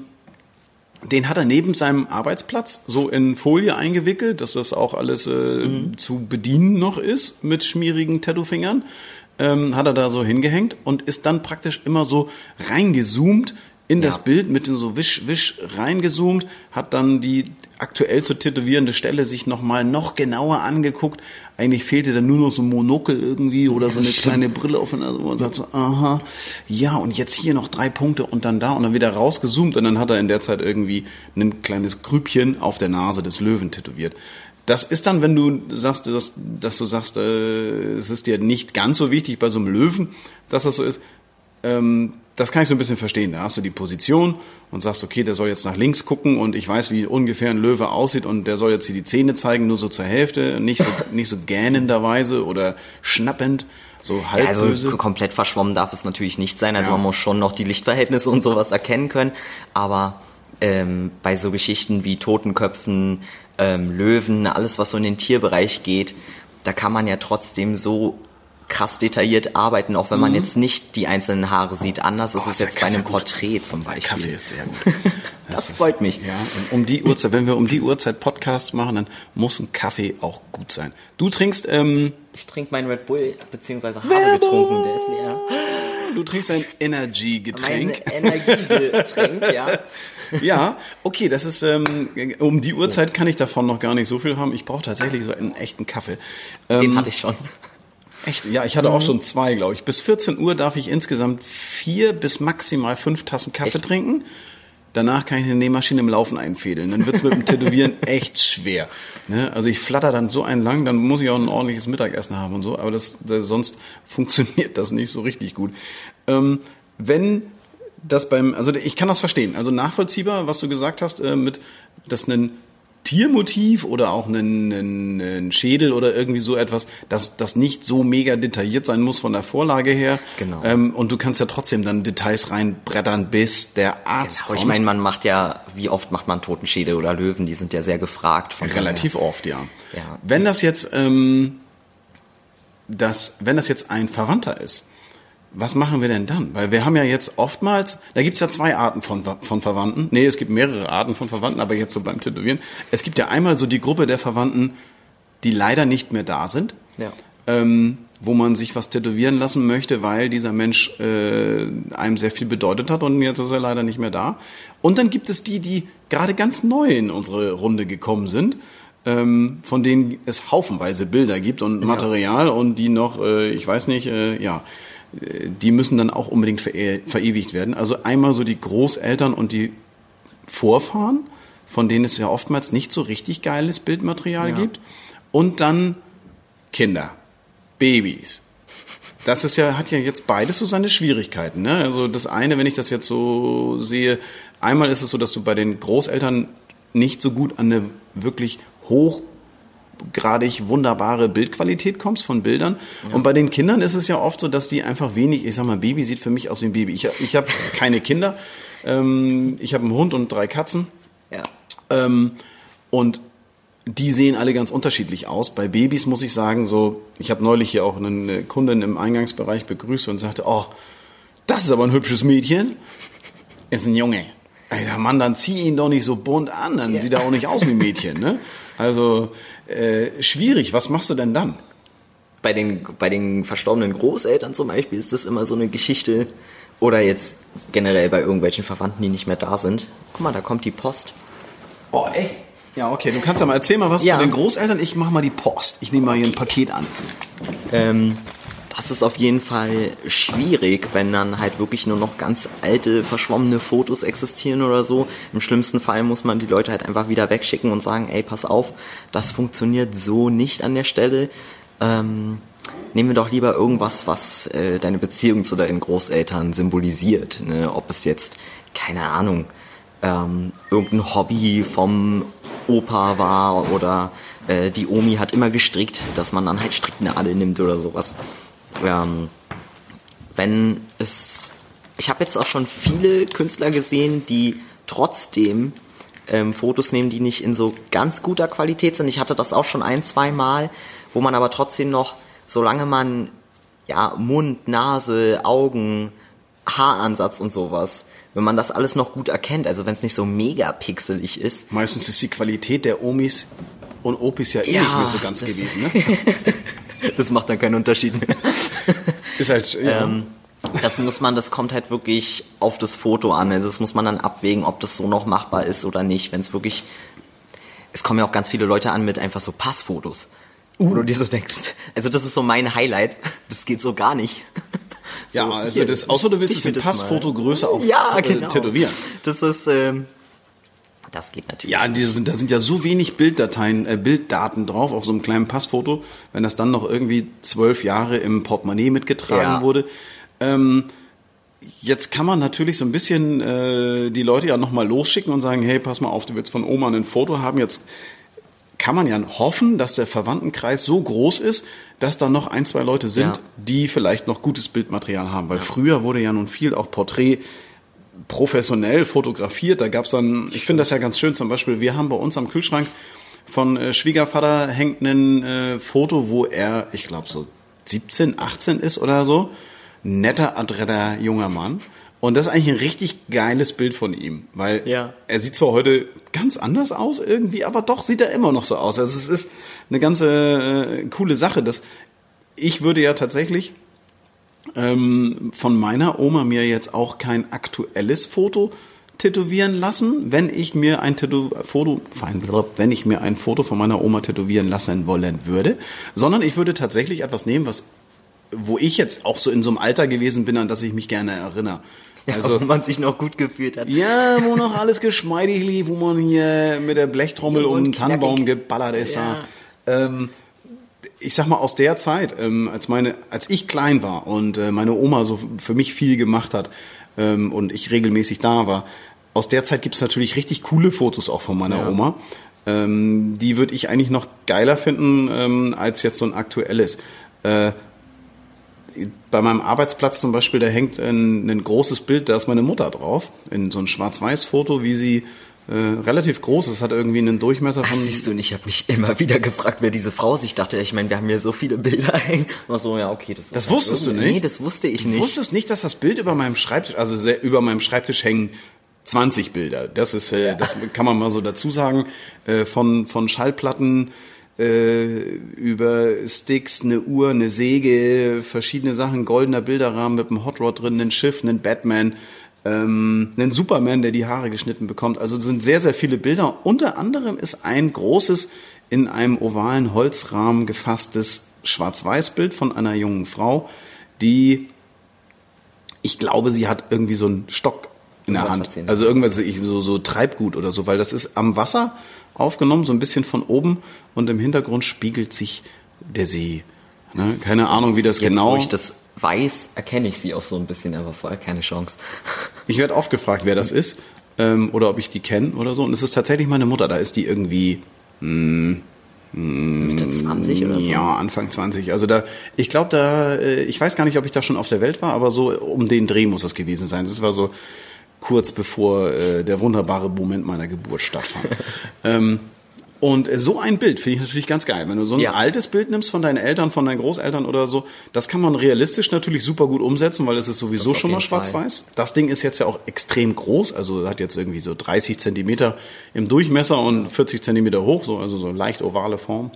den hat er neben seinem Arbeitsplatz so in Folie eingewickelt, dass das auch alles äh, mhm. zu bedienen noch ist mit schmierigen Tattoo-Fingern. Ähm, hat er da so hingehängt und ist dann praktisch immer so reingezoomt in ja. das Bild, mit so wisch, wisch reingezoomt, hat dann die aktuell zu tätowierende Stelle sich nochmal noch genauer angeguckt. Eigentlich fehlte dann nur noch so ein Monokel irgendwie oder so eine ja, kleine Brille auf der Nase und sagt so, aha, ja und jetzt hier noch drei Punkte und dann da und dann wieder rausgezoomt und dann hat er in der Zeit irgendwie ein kleines Grübchen auf der Nase des Löwen tätowiert. Das ist dann, wenn du sagst, dass, dass du sagst, äh, es ist dir nicht ganz so wichtig bei so einem Löwen, dass das so ist, ähm, das kann ich so ein bisschen verstehen. Da hast du die Position und sagst, okay, der soll jetzt nach links gucken und ich weiß, wie ungefähr ein Löwe aussieht und der soll jetzt hier die Zähne zeigen, nur so zur Hälfte, nicht so, nicht so gähnenderweise oder schnappend, so halb ja, also böse. Komplett verschwommen darf es natürlich nicht sein. Also ja. man muss schon noch die Lichtverhältnisse und sowas erkennen können. Aber ähm, bei so Geschichten wie Totenköpfen, ähm, Löwen, alles was so in den Tierbereich geht, da kann man ja trotzdem so krass detailliert arbeiten, auch wenn man mhm. jetzt nicht die einzelnen Haare sieht. Anders oh, ist es jetzt bei einem gut. Porträt zum Beispiel. Der Kaffee ist sehr gut. Das, das freut mich. Ja, und um die Uhrzeit, wenn wir um die Uhrzeit Podcasts machen, dann muss ein Kaffee auch gut sein. Du trinkst, ähm... Ich trinke meinen Red Bull, beziehungsweise habe getrunken, der ist leer. Du trinkst ein Energy-Getränk. Mein Energiegetränk, ja. Ja, okay, das ist, ähm, um die Uhrzeit kann ich davon noch gar nicht so viel haben. Ich brauche tatsächlich so einen echten Kaffee. Ähm, Den hatte ich schon. Echt? Ja, ich hatte auch schon zwei, glaube ich. Bis vierzehn Uhr darf ich insgesamt vier bis maximal fünf Tassen Kaffee echt? trinken. Danach kann ich eine Nähmaschine im Laufen einfädeln. Dann wird's mit dem Tätowieren echt schwer. Ne? Also ich flatter dann so einen lang, dann muss ich auch ein ordentliches Mittagessen haben und so. Aber das, das sonst funktioniert das nicht so richtig gut. Ähm, wenn das beim, also ich kann das verstehen. Also nachvollziehbar, was du gesagt hast, äh, mit, dass ein Tiermotiv oder auch einen, einen, einen Schädel oder irgendwie so etwas, dass das nicht so mega detailliert sein muss von der Vorlage her. Genau. Ähm, und du kannst ja trotzdem dann Details reinbrettern, bis der Arzt genau. kommt. Ich meine, man macht ja, wie oft macht man Totenschädel oder Löwen? Die sind ja sehr gefragt. Von Relativ daher. oft, ja. ja. Wenn das jetzt, ähm, das, wenn das jetzt ein Verwandter ist, was machen wir denn dann? Weil wir haben ja jetzt oftmals, da gibt's ja zwei Arten von, von Verwandten. Nee, es gibt mehrere Arten von Verwandten, aber jetzt so beim Tätowieren. Es gibt ja einmal so die Gruppe der Verwandten, die leider nicht mehr da sind. Ja. Ähm, wo man sich was tätowieren lassen möchte, weil dieser Mensch äh, einem sehr viel bedeutet hat und jetzt ist er leider nicht mehr da. Und dann gibt es die, die gerade ganz neu in unsere Runde gekommen sind, ähm, von denen es haufenweise Bilder gibt und Material ja. und die noch, äh, ich weiß nicht, äh, ja, die müssen dann auch unbedingt vere- verewigt werden. Also einmal so die Großeltern und die Vorfahren, von denen es ja oftmals nicht so richtig geiles Bildmaterial ja. gibt. und dann Kinder, Babys. Das ist ja, hat ja jetzt beides so seine Schwierigkeiten, ne? Also das eine, wenn ich das jetzt so sehe, einmal ist es so, dass du bei den Großeltern nicht so gut an eine wirklich hochgradig wunderbare Bildqualität kommst von Bildern. Ja. Und bei den Kindern ist es ja oft so, dass die einfach wenig, ich sag mal, Baby sieht für mich aus wie ein Baby. Ich, ich habe keine Kinder, ähm, ich habe einen Hund und drei Katzen. Ja. Ähm, und die sehen alle ganz unterschiedlich aus. Bei Babys muss ich sagen, so, ich habe neulich hier auch eine Kundin im Eingangsbereich begrüßt und sagte, oh, das ist aber ein hübsches Mädchen. Ist ein Junge. Ich sag, Mann, dann zieh ihn doch nicht so bunt an, dann ja. sieht er auch nicht aus wie ein Mädchen, ne? Also, äh, schwierig. Was machst du denn dann? Bei den, bei den verstorbenen Großeltern zum Beispiel ist das immer so eine Geschichte. Oder jetzt generell bei irgendwelchen Verwandten, die nicht mehr da sind. Guck mal, da kommt die Post. Oh, echt? Ja, okay. Du kannst ja mal erzählen mal was ja. zu den Großeltern. Ich mach mal die Post. Ich nehme mal hier ein Paket an. Ähm, das ist auf jeden Fall schwierig, wenn dann halt wirklich nur noch ganz alte, verschwommene Fotos existieren oder so. Im schlimmsten Fall muss man die Leute halt einfach wieder wegschicken und sagen, ey, pass auf, das funktioniert so nicht an der Stelle. Ähm, nehmen wir doch lieber irgendwas, was äh, deine Beziehung zu deinen Großeltern symbolisiert. Ne? Ob es jetzt, keine Ahnung, ähm, irgendein Hobby vom Opa war oder äh, die Omi hat immer gestrickt, dass man dann halt Stricknadel nimmt oder sowas. Ähm, wenn es, ich habe jetzt auch schon viele Künstler gesehen, die trotzdem ähm, Fotos nehmen, die nicht in so ganz guter Qualität sind. Ich hatte das auch schon ein, zwei Mal, wo man aber trotzdem noch, solange man ja Mund, Nase, Augen, Haaransatz und sowas, wenn man das alles noch gut erkennt, also wenn es nicht so mega pixelig ist. Meistens ist die Qualität der Omis und Opis ja eh ja, nicht mehr so ganz gewesen, ne? Das macht dann keinen Unterschied mehr. Ist halt, ja. Ähm, das muss man, das kommt halt wirklich auf das Foto an. Also das muss man dann abwägen, ob das so noch machbar ist oder nicht. Wenn es wirklich, es kommen ja auch ganz viele Leute an mit einfach so Passfotos. Uh. Wo du dir so denkst, also das ist so mein Highlight. Das geht so gar nicht. So, ja, also hier, das, außer du willst es in Passfotogröße auch ja, genau. tätowieren. Das ist, ähm, das geht natürlich. Ja, die sind, da sind ja so wenig Bilddateien, äh, Bilddaten drauf auf so einem kleinen Passfoto, wenn das dann noch irgendwie zwölf Jahre im Portemonnaie mitgetragen ja. wurde. Ähm, jetzt kann man natürlich so ein bisschen äh, die Leute ja nochmal losschicken und sagen, hey, pass mal auf, du willst von Oma ein Foto haben. Jetzt kann man ja hoffen, dass der Verwandtenkreis so groß ist, dass da noch ein, zwei Leute sind, ja. die vielleicht noch gutes Bildmaterial haben. Weil ja. früher wurde ja nun viel auch Porträt professionell fotografiert. Da gab's dann, ich finde das ja ganz schön, zum Beispiel, wir haben bei uns am Kühlschrank von äh, Schwiegervater hängt ein äh, Foto, wo er, ich glaube so siebzehn, achtzehn ist oder so. Netter, adretter junger Mann. Und das ist eigentlich ein richtig geiles Bild von ihm, weil ja. er sieht zwar heute ganz anders aus irgendwie, aber doch sieht er immer noch so aus. Also es ist eine ganze äh, coole Sache. Dass ich würde ja tatsächlich ähm, von meiner Oma mir jetzt auch kein aktuelles Foto tätowieren lassen, wenn ich mir ein Tätow- Foto, wenn ich mir ein Foto von meiner Oma tätowieren lassen wollen würde, sondern ich würde tatsächlich etwas nehmen, was wo ich jetzt auch so in so einem Alter gewesen bin, an das ich mich gerne erinnere. Also, ja, wo man sich noch gut gefühlt hat. Ja, wo noch alles geschmeidig lief, wo man hier mit der Blechtrommel um den Tannenbaum geballert ist. Ja. Ähm, ich sag mal, aus der Zeit, ähm, als meine, als ich klein war und äh, meine Oma so für mich viel gemacht hat ähm, und ich regelmäßig da war, aus der Zeit gibt's natürlich richtig coole Fotos auch von meiner ja. Oma. Ähm, die würde ich eigentlich noch geiler finden, ähm, als jetzt so ein aktuelles. Äh, Bei meinem Arbeitsplatz zum Beispiel, da hängt ein, ein großes Bild, da ist meine Mutter drauf, in so ein Schwarz-Weiß-Foto, wie sie äh, relativ groß ist, hat irgendwie einen Durchmesser von... Ach, siehst du, und ich habe mich immer wieder gefragt, wer diese Frau ist. Ich dachte, ich meine, wir haben hier so viele Bilder hängen. War so, ja, okay, das ist Das wusstest du nicht? Nee, das wusste ich nicht. Du wusstest nicht, dass das Bild über meinem Schreibtisch, also sehr, über meinem Schreibtisch hängen zwanzig Bilder. Das ist, äh, ja. das kann man mal so dazu sagen, äh, von, von Schallplatten, über Sticks, eine Uhr, eine Säge, verschiedene Sachen, goldener Bilderrahmen mit einem Hot Rod drin, ein Schiff, einen Batman, ähm, einen Superman, der die Haare geschnitten bekommt. Also es sind sehr, sehr viele Bilder. Unter anderem ist ein großes, in einem ovalen Holzrahmen gefasstes Schwarz-Weiß-Bild von einer jungen Frau, die, ich glaube, sie hat irgendwie so einen Stock in der Was Hand. hat sie in der Also irgendwas ich, so, so Treibgut oder so, weil das ist am Wasser aufgenommen, so ein bisschen von oben und im Hintergrund spiegelt sich der See. Ne? Keine Ahnung, wie das Jetzt, genau... wo ich das weiß, erkenne ich sie auch so ein bisschen, aber vorher keine Chance. Ich werde oft gefragt, wer das ist ähm, oder ob ich die kenne oder so. Und es ist tatsächlich meine Mutter. Da ist die irgendwie mh, Mitte zwanzig oder so? ja, Anfang zwanzig. Also da, ich glaube da, äh, ich weiß gar nicht, ob ich da schon auf der Welt war, aber so um den Dreh muss das gewesen sein. Das war so kurz bevor äh, der wunderbare Moment meiner Geburt stattfand. ähm, Und so ein Bild finde ich natürlich ganz geil. Wenn du so ein ja. altes Bild nimmst von deinen Eltern, von deinen Großeltern oder so, das kann man realistisch natürlich super gut umsetzen, weil es ist sowieso ist schon mal schwarz-weiß. Das Ding ist jetzt ja auch extrem groß, also hat jetzt irgendwie so dreißig Zentimeter im Durchmesser und vierzig Zentimeter hoch, so, also so leicht ovale Form.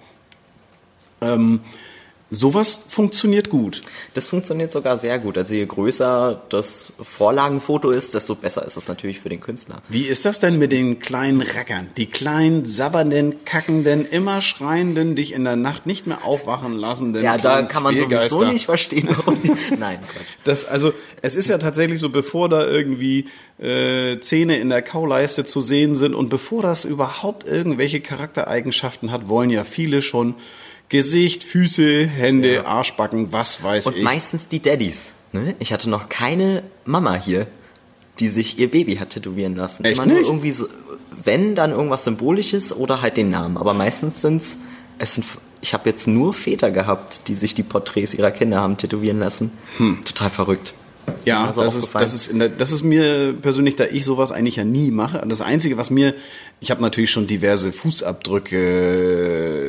Ähm, Sowas funktioniert gut. Das funktioniert sogar sehr gut. Also je größer das Vorlagenfoto ist, desto besser ist es natürlich für den Künstler. Wie ist das denn mit den kleinen Rackern? Die kleinen, sabbernden, kackenden, immer schreienden, dich in der Nacht nicht mehr aufwachen lassenden. Ja, da kann man Quälgeister. sowieso nicht verstehen, warum die... Nein, Quatsch. Das, also, es ist ja tatsächlich so, bevor da irgendwie äh, Zähne in der Kauleiste zu sehen sind und bevor das überhaupt irgendwelche Charaktereigenschaften hat, wollen ja viele schon Gesicht, Füße, Hände, Ja. Arschbacken, was weiß Und ich. meistens die Daddys. Ne? Ich hatte noch keine Mama hier, die sich ihr Baby hat tätowieren lassen. Echt Immer nur nicht? irgendwie so, wenn, dann irgendwas Symbolisches oder halt den Namen. Aber meistens sind's, es sind, ich habe jetzt nur Väter gehabt, die sich die Porträts ihrer Kinder haben tätowieren lassen. Hm. Total verrückt. ist mir Ja, mal so das ist, aufgefallen. das ist, in der, das ist mir persönlich, da ich sowas eigentlich ja nie mache. Das Einzige, was mir, ich habe natürlich schon diverse Fußabdrücke,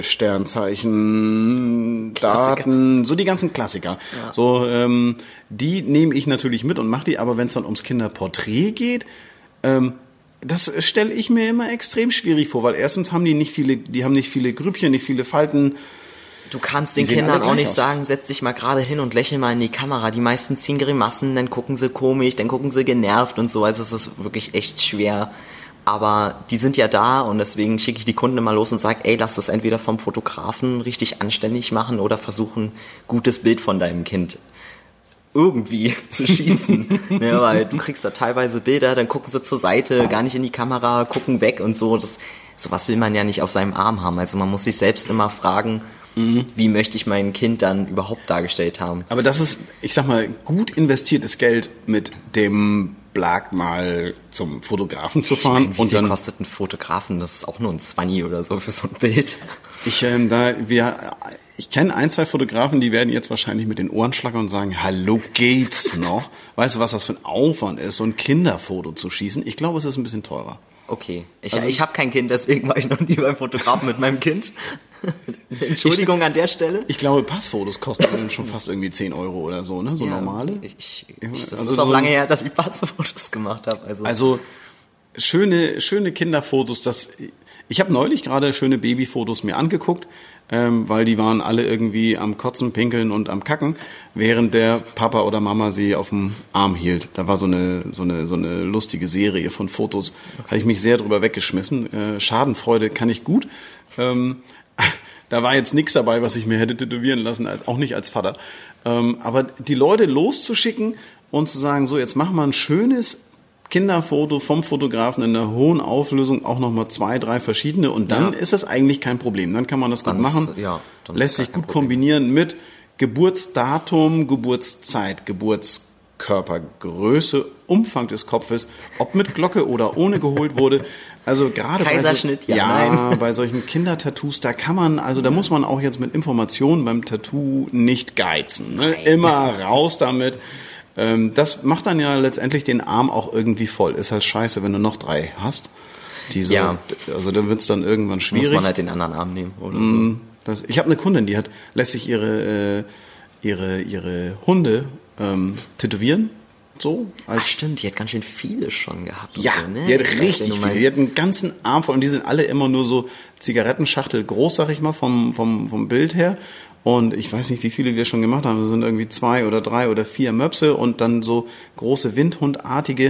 Sternzeichen, Daten, so die ganzen Klassiker. Ja. So, ähm, die nehme ich natürlich mit und mache die, aber wenn es dann ums Kinderporträt geht, ähm, das stelle ich mir immer extrem schwierig vor, weil erstens haben die nicht viele, die haben nicht viele Grübchen, nicht viele Falten. Du kannst Die den sehen Kindern alle auch gleich nicht aus. sagen, setz dich mal gerade hin und lächel mal in die Kamera. Die meisten ziehen Grimassen, dann gucken sie komisch, dann gucken sie genervt und so. Also es ist wirklich echt schwer. Aber die sind ja da und deswegen schicke ich die Kunden immer los und sage, ey, lass das entweder vom Fotografen richtig anständig machen oder versuchen, gutes Bild von deinem Kind irgendwie zu schießen. Ja, weil du kriegst da teilweise Bilder, dann gucken sie zur Seite, gar nicht in die Kamera, gucken weg und so. Das, sowas will man ja nicht auf seinem Arm haben. Also man muss sich selbst immer fragen, mhm. wie möchte ich mein Kind dann überhaupt dargestellt haben. Aber das ist, ich sag mal, gut investiertes Geld, mit dem Blag mal zum Fotografen zu fahren. Ich meine, wie und viel dann kostet ein Fotografen? Das ist auch nur ein Zwanni oder so für so ein Bild. Ich, ähm, da, wir, ich kenne ein, zwei Fotografen, die werden jetzt wahrscheinlich mit den Ohren schlackern und sagen, hallo, geht's noch? Weißt du, was das für ein Aufwand ist, so ein Kinderfoto zu schießen? Ich glaube, es ist ein bisschen teurer. Okay, ich, Also- ich habe kein Kind, deswegen war ich noch nie beim Fotografen mit meinem Kind. Entschuldigung an der Stelle. Ich glaube, Passfotos kosten dann schon fast irgendwie zehn Euro oder so, ne? So Ja, normale. Ich, ich, ich, das Also ist auch so- lange her, dass ich Passfotos gemacht habe. Also, Also schöne, schöne Kinderfotos. Das, ich habe neulich gerade schöne Babyfotos mir angeguckt, ähm, weil die waren alle irgendwie am Kotzen, Pinkeln und am Kacken, während der Papa oder Mama sie auf dem Arm hielt. Da war so eine so eine so eine lustige Serie von Fotos. Da habe ich mich sehr drüber weggeschmissen. Äh, Schadenfreude kann ich gut. Ähm, Da war jetzt nichts dabei, was ich mir hätte tätowieren lassen, auch nicht als Vater. Ähm, aber die Leute loszuschicken und zu sagen, so jetzt machen wir ein schönes Kinderfoto vom Fotografen in einer hohen Auflösung, auch nochmal zwei, drei verschiedene und dann Ja. ist das eigentlich kein Problem. Dann kann man das gut Dann ist- machen, ja, dann ist lässt gar sich kein gut Problem. kombinieren mit Geburtsdatum, Geburtszeit, Geburtskörpergröße, Umfang des Kopfes, ob mit Glocke oder ohne geholt wurde. Also gerade bei so, Kaiserschnitt, ja, ja nein. bei solchen Kindertattoos, da kann man, also da muss man auch jetzt mit Informationen beim Tattoo nicht geizen. Ne? Immer raus damit. Ähm, das macht dann ja letztendlich den Arm auch irgendwie voll. Ist halt scheiße, wenn du noch drei hast. Die so, Ja. Also da wird's dann irgendwann schwierig. muss man halt den anderen Arm nehmen oder Mm, Das, ich habe eine Kundin, die hat lässt sich ihre äh, ihre ihre Hunde ähm, tätowieren, so so. Ach als stimmt, die hat ganz schön viele schon gehabt. und ja, so, ne? die hat Ich weiß, richtig wen du viele. meinst. Die hat einen ganzen Arm voll und die sind alle immer nur so Zigarettenschachtel groß, sag ich mal, vom vom vom Bild her. Und ich weiß nicht, wie viele wir schon gemacht haben. Das sind irgendwie zwei oder drei oder vier Möpse und dann so große Windhundartige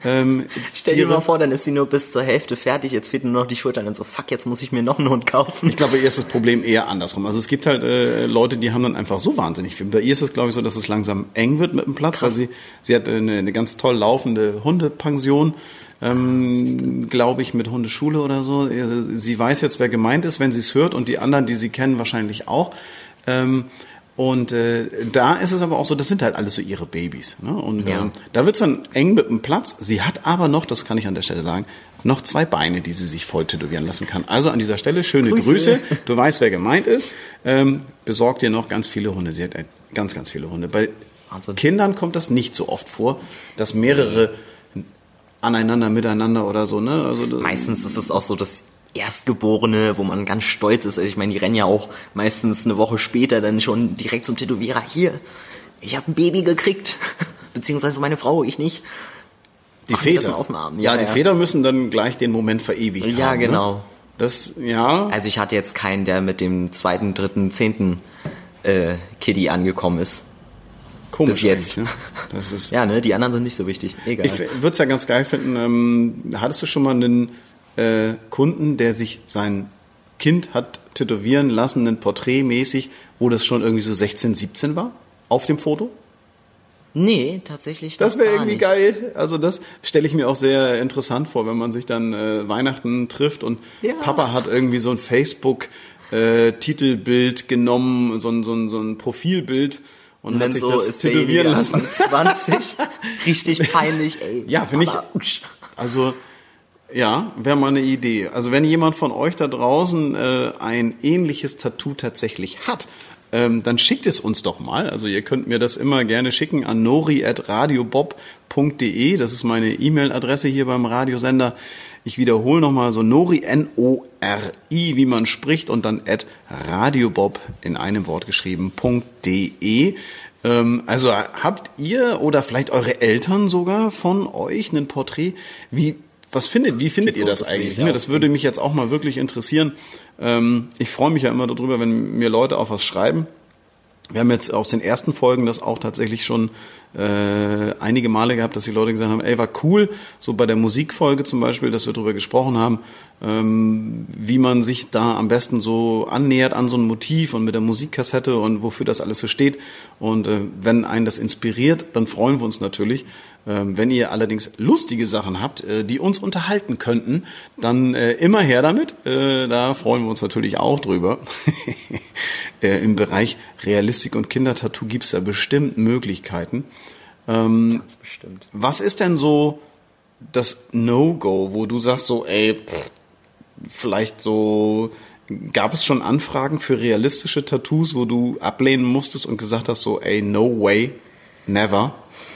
Ähm, Stell dir Tiere. mal vor, dann ist sie nur bis zur Hälfte fertig, jetzt fehlt nur noch die Schultern und so, fuck, jetzt muss ich mir noch einen Hund kaufen. Ich glaube, bei ihr ist das Problem eher andersrum. Also es gibt halt äh, Leute, die haben dann einfach so wahnsinnig viel. Bei ihr ist es, glaube ich, so, dass es langsam eng wird mit dem Platz, Krass. weil sie sie hat eine, eine ganz toll laufende Hundepension, ähm, glaube ich, mit Hundeschule oder so. Sie weiß jetzt, wer gemeint ist, wenn sie es hört, und die anderen, die sie kennen, wahrscheinlich auch. Ähm, Und äh, da ist es aber auch so, das sind halt alles so ihre Babys. Ne? Und ja. ähm, da wird's dann eng mit dem Platz. Sie hat aber noch, das kann ich an der Stelle sagen, noch zwei Beine, die sie sich voll tätowieren lassen kann. Also an dieser Stelle schöne Grüße. Grüße. Du weißt, wer gemeint ist. Ähm, besorg dir noch ganz viele Hunde. Sie hat äh, ganz, ganz viele Hunde. Bei Wahnsinn. Kindern kommt das nicht so oft vor, dass mehrere aneinander, miteinander oder so. Ne? Also, meistens ist es auch so, dass Erstgeborene, wo man ganz stolz ist. Ich meine, die rennen ja auch meistens eine Woche später dann schon direkt zum Tätowierer. Hier, ich habe ein Baby gekriegt. Beziehungsweise meine Frau, ich nicht. Die Ach, Väter. Auf dem Arm. Ja, Ja, die ja. Väter müssen dann gleich den Moment verewigt ja, haben. Ja, genau. Ne? Das, ja. Also ich hatte jetzt keinen, der mit dem zweiten, dritten, zehnten äh, Kiddie angekommen ist. Komisch bis jetzt. Ne? Das ist ja, ne, die anderen sind nicht so wichtig. Egal. Ich würde es ja ganz geil finden. Ähm, hattest du schon mal einen äh, Kunden, der sich sein Kind hat tätowieren lassen, ein Porträt mäßig, wo das schon irgendwie so sechzehn, siebzehn war auf dem Foto? Nee, tatsächlich Das wäre irgendwie nicht. geil. Also das stelle ich mir auch sehr interessant vor, wenn man sich dann äh, Weihnachten trifft und Ja. Papa hat irgendwie so ein Facebook-Titelbild genommen, so ein, so ein, so ein Profilbild und, Und hat dann sich so das ist tätowieren derjenige lassen. Anfang zwanzig. Richtig peinlich, ey. Ja, finde ich. Aber- Also ja, wäre mal eine Idee. Also wenn jemand von euch da draußen äh, ein ähnliches Tattoo tatsächlich hat, ähm, dann schickt es uns doch mal. Also ihr könnt mir das immer gerne schicken an nori at radiobob punkt de. Das ist meine E-Mail-Adresse hier beim Radiosender. Ich wiederhole nochmal so Nori, N O R I, wie man spricht, und dann at radiobob in einem Wort geschrieben, .de. Ähm, also habt ihr oder vielleicht eure Eltern sogar von euch ein Porträt? Wie Was findet, wie findet ihr das Fotos will eigentlich? ich Ne, auch das würde mich jetzt auch mal wirklich interessieren. Ähm, ich freue mich ja immer darüber, wenn mir Leute auch was schreiben. Wir haben jetzt aus den ersten Folgen das auch tatsächlich schon äh, einige Male gehabt, dass die Leute gesagt haben, ey, war cool, so bei der Musikfolge zum Beispiel, dass wir darüber gesprochen haben, ähm, wie man sich da am besten so annähert an so ein Motiv und mit der Musikkassette und wofür das alles so steht. Und äh, wenn einen das inspiriert, dann freuen wir uns natürlich. Ähm, wenn ihr allerdings lustige Sachen habt, äh, die uns unterhalten könnten, dann äh, immer her damit. Äh, da freuen wir uns natürlich auch drüber. äh, Im Bereich Realistik und Kindertattoo gibt's da bestimmt Möglichkeiten. Ähm, Ganz bestimmt. was ist denn so das No-Go, wo du sagst so, ey, pff, vielleicht so, gab es schon Anfragen für realistische Tattoos, wo du ablehnen musstest und gesagt hast so, ey, no way, never?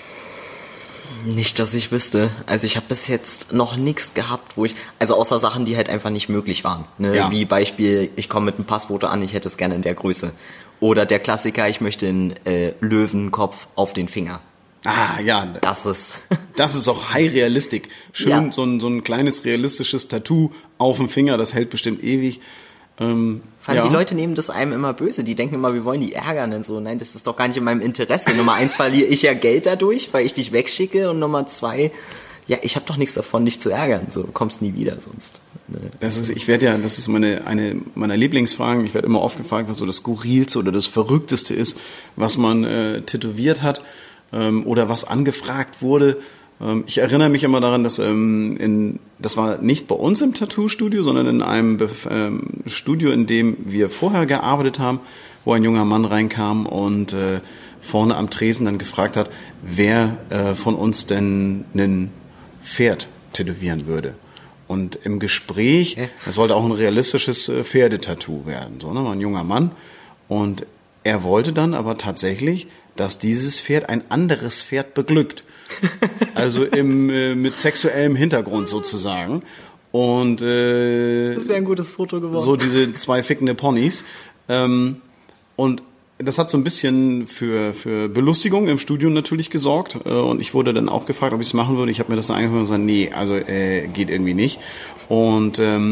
Nicht, dass ich wüsste. Also ich habe bis jetzt noch nichts gehabt, wo ich, also außer Sachen, die halt einfach nicht möglich waren. Ne? Ja. Wie Beispiel, ich komme mit einem Passfoto an, ich hätte es gerne in der Größe. Oder der Klassiker, ich möchte einen äh, Löwenkopf auf den Finger. Ah, ja, Das ist... das ist auch high realistic. Schön, Ja. so, ein, so ein kleines realistisches Tattoo auf dem Finger, das hält bestimmt ewig. Ähm, Vor allem ja. die Leute nehmen das einem immer böse. Die denken immer, wir wollen die ärgern und so. Nein, das ist doch gar nicht in meinem Interesse. Nummer eins verliere ich ja Geld dadurch, weil ich dich wegschicke. Und Nummer zwei, ja, ich habe doch nichts davon, dich zu ärgern. So, du kommst nie wieder sonst. Ne? Das ist, ich werde ja, das ist meine, eine meiner Lieblingsfragen. Ich werde immer oft gefragt, was so das Skurrilste oder das Verrückteste ist, was man äh, tätowiert hat ähm, oder was angefragt wurde. Ähm, ich erinnere mich immer daran, dass ähm, in, das war nicht bei uns im Tattoo-Studio, sondern in einem Bef- ähm, Studio, in dem wir vorher gearbeitet haben, wo ein junger Mann reinkam und äh, vorne am Tresen dann gefragt hat, wer äh, von uns denn ein Pferd tätowieren würde. Und im Gespräch, es sollte auch ein realistisches äh, Pferdetattoo werden, so, ne, war ein junger Mann. Und er wollte dann aber tatsächlich, dass dieses Pferd ein anderes Pferd beglückt. Also im, äh, mit sexuellem Hintergrund sozusagen. Und äh, Das wäre ein gutes Foto geworden. so diese zwei fickende Ponys. Ähm, und das hat so ein bisschen für, für Belustigung im Studio natürlich gesorgt. Äh, und ich wurde dann auch gefragt, ob ich es machen würde. Ich habe mir das dann angehört und gesagt, nee, also äh, geht irgendwie nicht. Und ähm,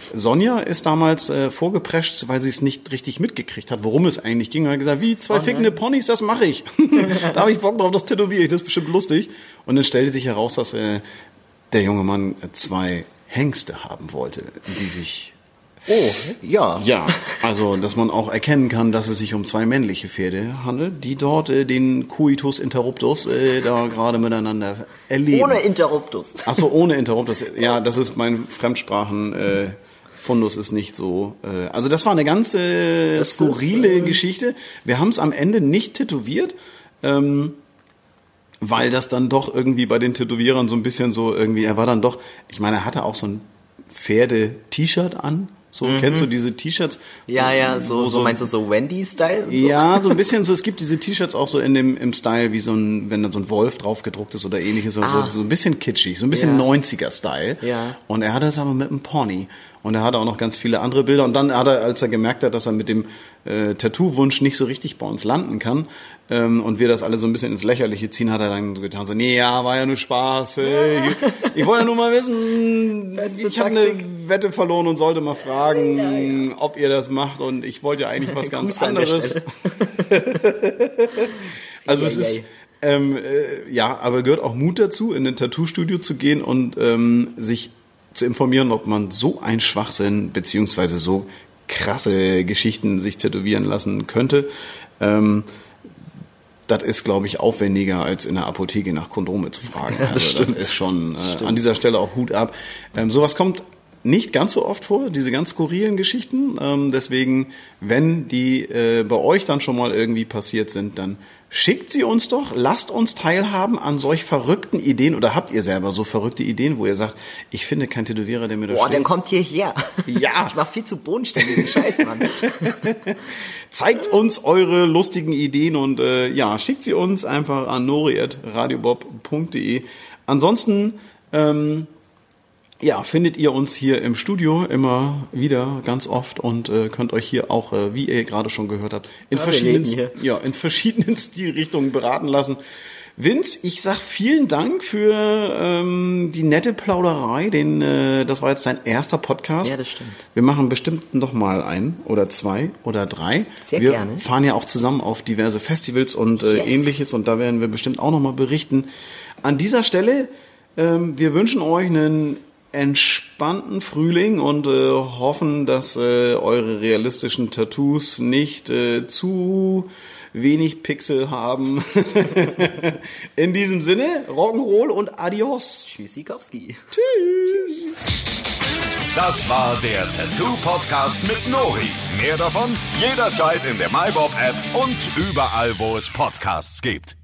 Sonja ist damals äh, vorgeprescht, weil sie es nicht richtig mitgekriegt hat, worum es eigentlich ging. Und hat gesagt, wie, zwei oh fickende Ponys, das mache ich. Da habe ich Bock drauf, das tätowiere ich, das ist bestimmt lustig. Und dann stellte sich heraus, dass äh, der junge Mann zwei Hengste haben wollte, die sich... Oh, ja. Ja, also, dass man auch erkennen kann, dass es sich um zwei männliche Pferde handelt, die dort äh, den Coitus Interruptus äh, da gerade miteinander erleben. Ohne Interruptus. Ach so, ohne Interruptus. Ja, das ist mein Fremdsprachen... Äh, Fundus ist nicht so. Äh, also das war eine ganz äh, skurrile ist, äh, Geschichte. Wir haben es am Ende nicht tätowiert, ähm, weil das dann doch irgendwie bei den Tätowierern so ein bisschen so irgendwie, er war dann doch, ich meine, er hatte auch so ein Pferde-T-Shirt an. So, mhm. Kennst du diese T-Shirts? Ja, ja, so, so, so meinst du so Wendy-Style? So? Ja, so ein bisschen so, es gibt diese T-Shirts auch so in dem, im Style, wie so ein, wenn da so ein Wolf drauf gedruckt ist oder ähnliches, ah. so, so ein bisschen kitschig, so ein bisschen ja. neunziger-Style. Ja. Und er hatte das aber mit einem Pony. Und er hatte auch noch ganz viele andere Bilder. Und dann hat er, als er gemerkt hat, dass er mit dem äh, Tattoo-Wunsch nicht so richtig bei uns landen kann, ähm, und wir das alle so ein bisschen ins Lächerliche ziehen, hat er dann so getan, so, nee, ja, war ja nur Spaß. Äh, ich, ich wollte ja nur mal wissen, Beste ich habe eine Wette verloren und sollte mal fragen, ja, ja. ob ihr das macht. Und ich wollte ja eigentlich was ganz anderes. Also es ist... Ähm, äh, ja, aber gehört auch Mut dazu, in ein Tattoo-Studio zu gehen und ähm, sich zu informieren, ob man so ein Schwachsinn beziehungsweise so krasse Geschichten sich tätowieren lassen könnte. Ähm, das ist, glaube ich, aufwendiger, als in der Apotheke nach Kondome zu fragen. Also, das, stimmt. Das ist schon äh, an dieser Stelle auch Hut ab. Ähm, sowas kommt nicht ganz so oft vor, diese ganz skurrilen Geschichten. Ähm, deswegen, wenn die äh, bei euch dann schon mal irgendwie passiert sind, dann schickt sie uns doch, lasst uns teilhaben an solch verrückten Ideen. Oder habt ihr selber so verrückte Ideen, wo ihr sagt, ich finde keinen Tätowierer, der mir das Boah, dann kommt hierher. Ja. Ich mach viel zu bodenständigen Scheiß, Mann. Zeigt uns eure lustigen Ideen und äh, ja, schickt sie uns einfach an nori at radiobob punkt de. Ansonsten ähm, ja, findet ihr uns hier im Studio immer wieder ganz oft und äh, könnt euch hier auch, äh, wie ihr gerade schon gehört habt, in, ja, verschiedenen, ja, in verschiedenen Stilrichtungen beraten lassen. Vince, ich sag vielen Dank für ähm, die nette Plauderei. Den, äh, das war jetzt dein erster Podcast. Ja, das stimmt. Wir machen bestimmt noch mal einen oder zwei oder drei. Sehr wir gerne. Wir fahren ja auch zusammen auf diverse Festivals und äh, yes. ähnliches und da werden wir bestimmt auch noch mal berichten. An dieser Stelle, ähm, wir wünschen euch einen entspannten Frühling und äh, hoffen, dass äh, eure realistischen Tattoos nicht äh, zu wenig Pixel haben. In diesem Sinne, Rock'n'Roll und Adios. Tschüssikowski. Tschüss. Das war der Tattoo-Podcast mit Nori. Mehr davon jederzeit in der MyBob-App und überall, wo es Podcasts gibt.